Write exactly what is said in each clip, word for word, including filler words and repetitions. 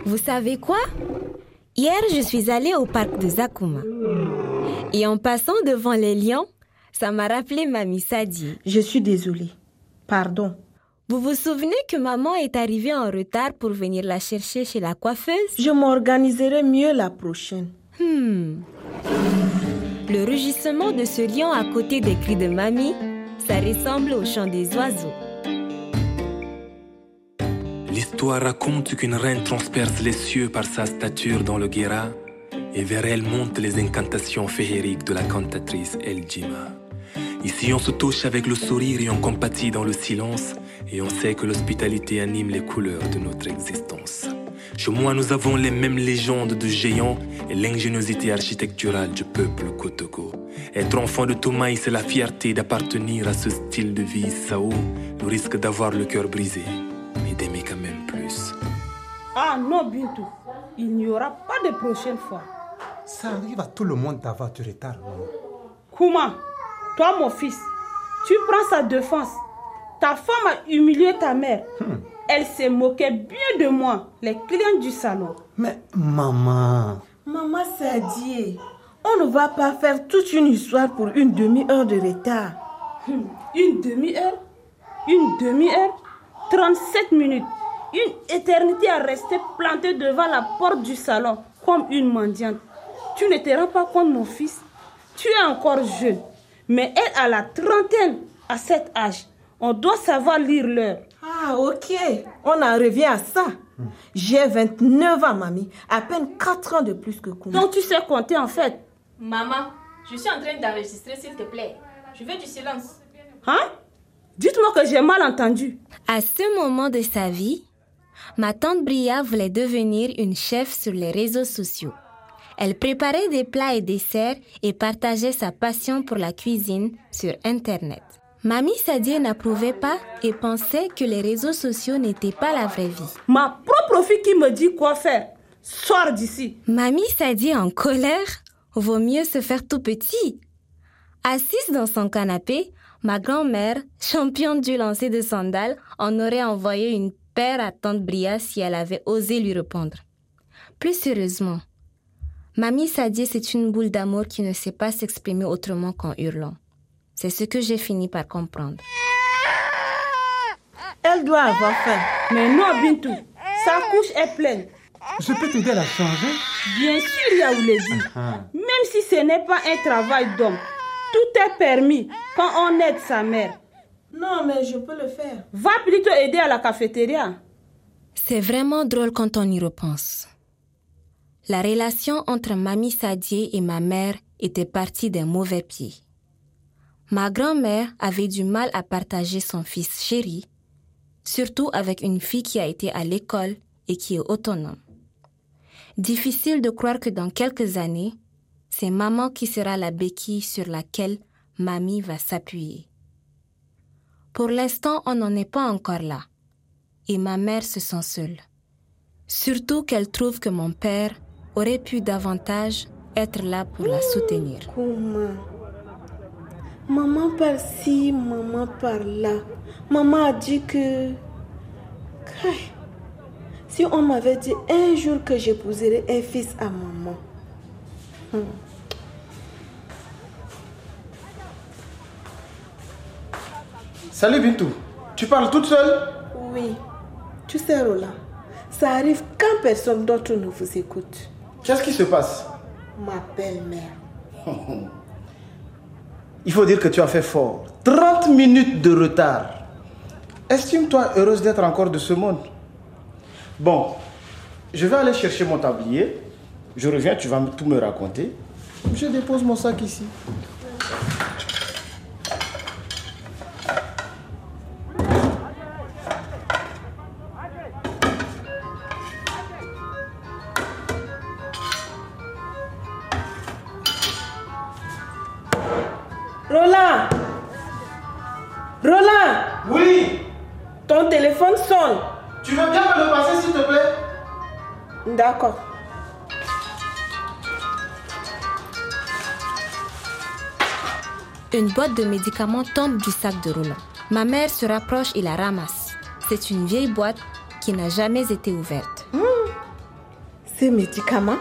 Vous savez quoi? Hier, je suis allée au parc de Zakuma. Et en passant devant les lions, ça m'a rappelé Mamie Sadie. Je suis désolée. Pardon. Vous vous souvenez que maman est arrivée en retard pour venir la chercher chez la coiffeuse? Je m'organiserai mieux la prochaine. Hmm. Le rugissement de ce lion à côté des cris de mamie, ça ressemble au chant des oiseaux. L'histoire raconte qu'une reine transperce les cieux par sa stature dans le Guéra, et vers elle montent les incantations féeriques de la cantatrice El Jima. Ici, on se touche avec le sourire et on compatit dans le silence, et on sait que l'hospitalité anime les couleurs de notre existence. Chez moi, nous avons les mêmes légendes de géants et l'ingéniosité architecturale du peuple Kotoko. Être enfant de Toumaï, c'est la fierté d'appartenir à ce style de vie Sao, le risque d'avoir le cœur brisé, mais d'aimer quand même plus. Ah non, Bintou, il n'y aura pas de prochaine fois. Ça arrive à tout le monde d'avoir du retard, maman. Comment? Toi, mon fils, tu prends sa défense. Ta femme a humilié ta mère. Hmm. Elle s'est moquée bien de moi, les clients du salon. Mais maman... Maman Sadie, on ne va pas faire toute une histoire pour une demi-heure de retard. Hmm. Une demi-heure? Une demi-heure? trente-sept minutes. Une éternité à rester plantée devant la porte du salon comme une mendiante. Tu ne te rends pas compte, mon fils? Tu es encore jeune. Mais elle a la trentaine à cet âge. On doit savoir lire l'heure. Ah, ok. On en revient à ça. Hmm. J'ai vingt-neuf ans, mamie. À peine quatre ans de plus que Kouma. Donc tu sais compter en fait. Maman, je suis en train d'enregistrer, s'il te plaît. Je veux du silence. Hein? Dites-moi que j'ai mal entendu. À ce moment de sa vie, ma tante Bria voulait devenir une chef sur les réseaux sociaux. Elle préparait des plats et desserts et partageait sa passion pour la cuisine sur Internet. Mamie Sadie n'approuvait pas et pensait que les réseaux sociaux n'étaient pas la vraie vie. Ma propre fille qui me dit quoi faire. Sors d'ici. Mamie Sadie en colère, vaut mieux se faire tout petit. Assise dans son canapé, ma grand-mère, championne du lancer de sandales, en aurait envoyé une paire à tante Bria si elle avait osé lui répondre. Plus sérieusement, Mamie Sadie, c'est une boule d'amour qui ne sait pas s'exprimer autrement qu'en hurlant. C'est ce que j'ai fini par comprendre. Elle doit avoir faim. Mais non, Bintou, sa couche est pleine. Je peux t'aider à la changer? Bien sûr, Yaouledi. Uh-huh. Même si ce n'est pas un travail d'homme, tout est permis quand on aide sa mère. Non, mais je peux le faire. Va plutôt aider à la cafétéria. C'est vraiment drôle quand on y repense. La relation entre Mamie Sadie et ma mère était partie d'un mauvais pied. Ma grand-mère avait du mal à partager son fils chéri, surtout avec une fille qui a été à l'école et qui est autonome. Difficile de croire que dans quelques années, c'est maman qui sera la béquille sur laquelle mamie va s'appuyer. Pour l'instant, on n'en est pas encore là, et ma mère se sent seule. Surtout qu'elle trouve que mon père aurait pu davantage être là pour la soutenir. Comment? Maman par ci, maman par là. Maman a dit que... Si on m'avait dit un jour que j'épouserais un fils à maman. Hmm. Salut Bintou, tu parles toute seule? Oui. Tu sais Roland, ça arrive quand personne d'autre ne vous écoute. Qu'est-ce qui se passe? Ma belle-mère. Il faut dire que tu as fait fort. trente minutes de retard. Estime-toi heureuse d'être encore de ce monde. Bon, je vais aller chercher mon tablier. Je reviens, tu vas tout me raconter. Je dépose mon sac ici. Roland! Roland! Oui! Ton téléphone sonne. Tu veux bien me le passer, s'il te plaît? D'accord. Une boîte de médicaments tombe du sac de Roland. Ma mère se rapproche et la ramasse. C'est une vieille boîte qui n'a jamais été ouverte. Mmh. Ces médicaments?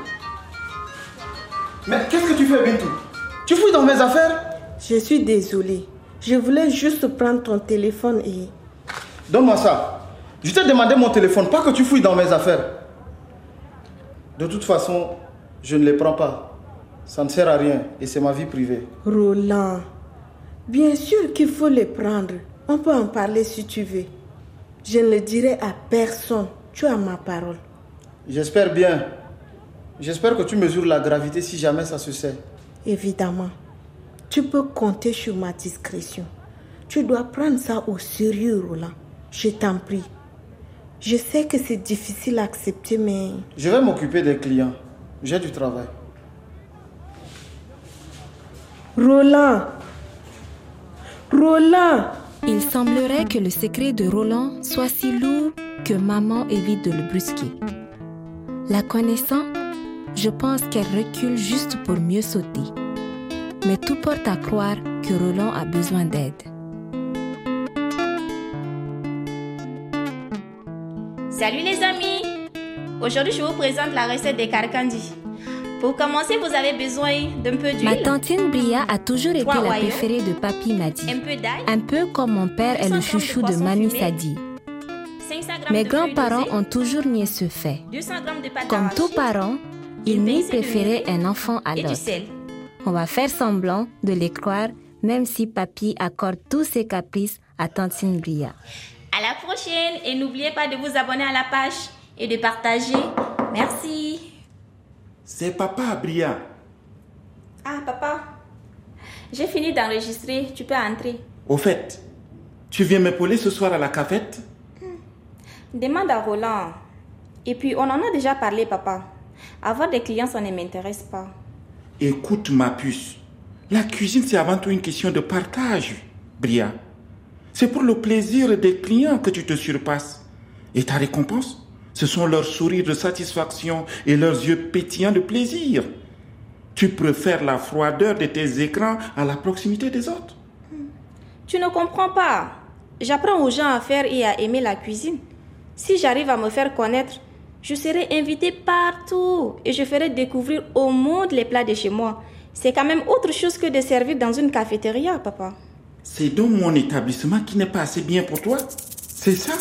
Mais qu'est-ce que tu fais, Bintou? Tu fouilles dans mes affaires? Je suis désolée. Je voulais juste prendre ton téléphone et... Donne-moi ça. Je t'ai demandé mon téléphone, pas que tu fouilles dans mes affaires. De toute façon, je ne les prends pas. Ça ne sert à rien et c'est ma vie privée. Roland, bien sûr qu'il faut les prendre. On peut en parler si tu veux. Je ne le dirai à personne. Tu as ma parole. J'espère bien. J'espère que tu mesures la gravité si jamais ça se sait. Évidemment. Tu peux compter sur ma discrétion. Tu dois prendre ça au sérieux, Roland. Je t'en prie. Je sais que c'est difficile à accepter, mais... Je vais m'occuper des clients. J'ai du travail. Roland! Roland! Il semblerait que le secret de Roland soit si lourd que maman évite de le brusquer. La connaissant, je pense qu'elle recule juste pour mieux sauter. Mais tout porte à croire que Roland a besoin d'aide. Salut les amis! Aujourd'hui, je vous présente la recette des carcandis. Pour commencer, vous avez besoin d'un peu d'huile. Ma tantine Bria a toujours été la oignons, préférée de Papy Madi. Un peu d'ail. Un peu comme mon père est le chouchou de, de Mamie Sadi. Mes grands-parents ont toujours nié ce fait. Comme tous parents, ils n'y préféraient un enfant à l'autre. On va faire semblant de les croire, même si Papy accorde tous ses caprices à tantine Bria. À la prochaine et n'oubliez pas de vous abonner à la page et de partager. Merci. C'est papa, Bria. Ah, papa. J'ai fini d'enregistrer. Tu peux entrer. Au fait, tu viens m'épauler ce soir à la cafette? hmm. Demande à Roland. Et puis, on en a déjà parlé, papa. Avoir des clients, ça ne m'intéresse pas. Écoute, ma puce. La cuisine, c'est avant tout une question de partage, Bria. C'est pour le plaisir des clients que tu te surpasses. Et ta récompense, ce sont leurs sourires de satisfaction et leurs yeux pétillants de plaisir. Tu préfères la froideur de tes écrans à la proximité des autres. Tu ne comprends pas. J'apprends aux gens à faire et à aimer la cuisine. Si j'arrive à me faire connaître, je serai invitée partout et je ferai découvrir au monde les plats de chez moi. C'est quand même autre chose que de servir dans une cafétéria, papa. C'est donc mon établissement qui n'est pas assez bien pour toi? C'est ça?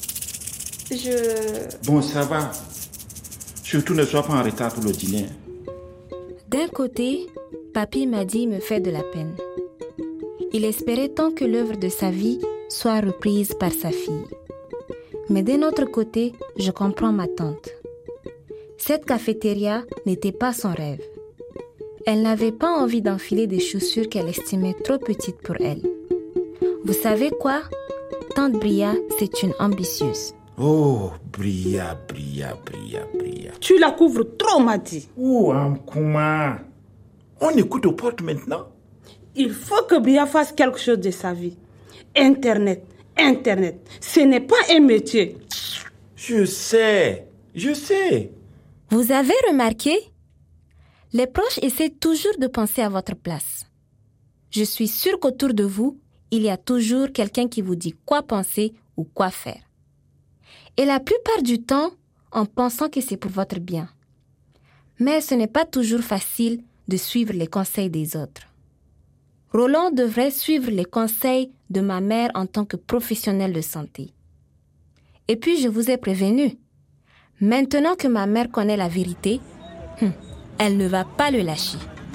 Je... Bon, ça va. Surtout ne sois pas en retard pour le dîner. D'un côté, Papy Madi me fait de la peine. Il espérait tant que l'œuvre de sa vie soit reprise par sa fille. Mais d'un autre côté, je comprends ma tante. Cette cafétéria n'était pas son rêve. Elle n'avait pas envie d'enfiler des chaussures qu'elle estimait trop petites pour elle. Vous savez quoi? Tante Bria, c'est une ambitieuse. Oh, Bria, Bria, Bria, Bria. Tu la couvres trop, Madi. Oh, Amkouma. On écoute aux portes maintenant. Il faut que Bria fasse quelque chose de sa vie. Internet, Internet, ce n'est pas un métier. Je sais, je sais. Vous avez remarqué? Les proches essaient toujours de penser à votre place. Je suis sûre qu'autour de vous, il y a toujours quelqu'un qui vous dit quoi penser ou quoi faire. Et la plupart du temps, en pensant que c'est pour votre bien. Mais ce n'est pas toujours facile de suivre les conseils des autres. Roland devrait suivre les conseils de ma mère en tant que professionnelle de santé. Et puis, je vous ai prévenu. Maintenant que ma mère connaît la vérité, hum, elle ne va pas le lâcher.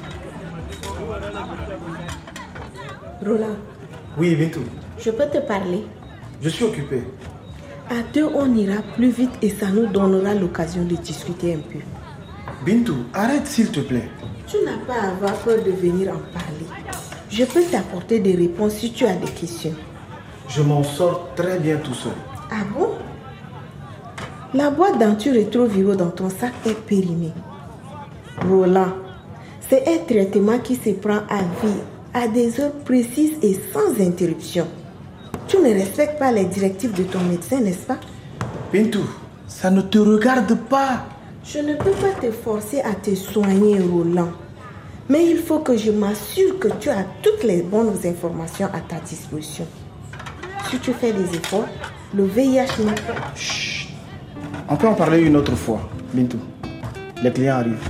Roland. Oui, Bintou. Je peux te parler? Je suis occupé. À deux, on ira plus vite et ça nous donnera l'occasion de discuter un peu. Bintou, arrête s'il te plaît. Tu n'as pas à avoir peur de venir en parler. Je peux t'apporter des réponses si tu as des questions. Je m'en sors très bien tout seul. Ah bon? La boîte denture rétro-viro dans ton sac est périmée. Roland, c'est un traitement qui se prend à vie, à des heures précises et sans interruption. Tu ne respectes pas les directives de ton médecin, n'est-ce pas? Bintou, ça ne te regarde pas. Je ne peux pas te forcer à te soigner, Roland. Mais il faut que je m'assure que tu as toutes les bonnes informations à ta disposition. Si tu fais des efforts, le V I H n'est pas... Chut. On peut en parler une autre fois, Bintou. Les clients arrivent.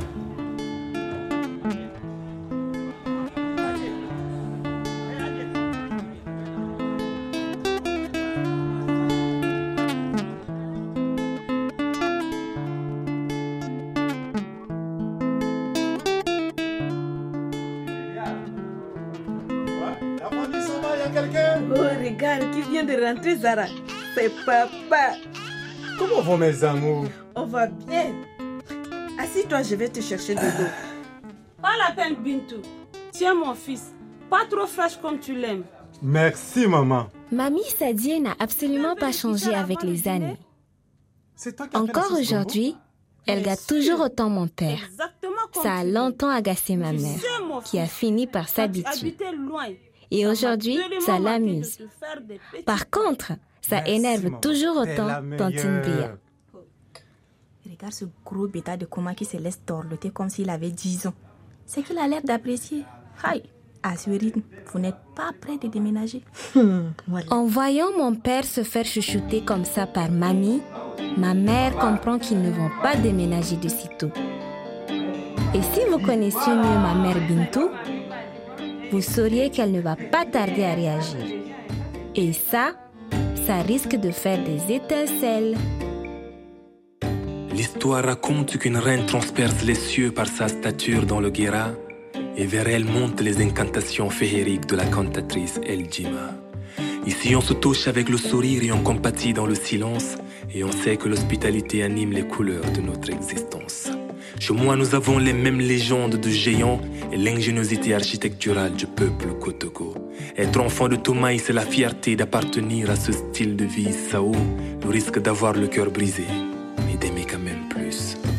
Oh, regarde, qui vient de rentrer, Zara. C'est papa. Comment vont mes amours? On va bien. Assis-toi, je vais te chercher de l'eau. Pas la peine, Bintou. Tiens, mon fils. Pas trop fraîche comme tu l'aimes. Merci, maman. Mamie Sadie n'a absolument pas changé avec les années. Encore aujourd'hui, elle gâte toujours autant mon père. Ça a longtemps agacé ma mère, qui a fini par s'habituer. Et aujourd'hui, ça l'amuse. Par contre, ça énerve toujours autant Tantine Bria. Regarde ce gros bêta de Koma qui se laisse dorloter comme s'il avait dix ans. C'est qu'il a l'air d'apprécier. Aïe, à ce rythme, vous n'êtes pas prêt de déménager. Voilà. En voyant mon père se faire chouchouter comme ça par mamie, ma mère comprend qu'ils ne vont pas déménager de sitôt. Et si vous connaissiez mieux ma mère Bintou, vous sauriez qu'elle ne va pas tarder à réagir. Et ça, ça risque de faire des étincelles. L'histoire raconte qu'une reine transperce les cieux par sa stature dans le Guéra, et vers elle montent les incantations féeriques de la cantatrice El Djima. Ici, on se touche avec le sourire et on compatit dans le silence, et on sait que l'hospitalité anime les couleurs de notre existence. Chez moi, nous avons les mêmes légendes de géants et l'ingéniosité architecturale du peuple Kotoko. Être enfant de Toumaï, c'est la fierté d'appartenir à ce style de vie Sao, le risque d'avoir le cœur brisé, mais d'aimer quand même plus.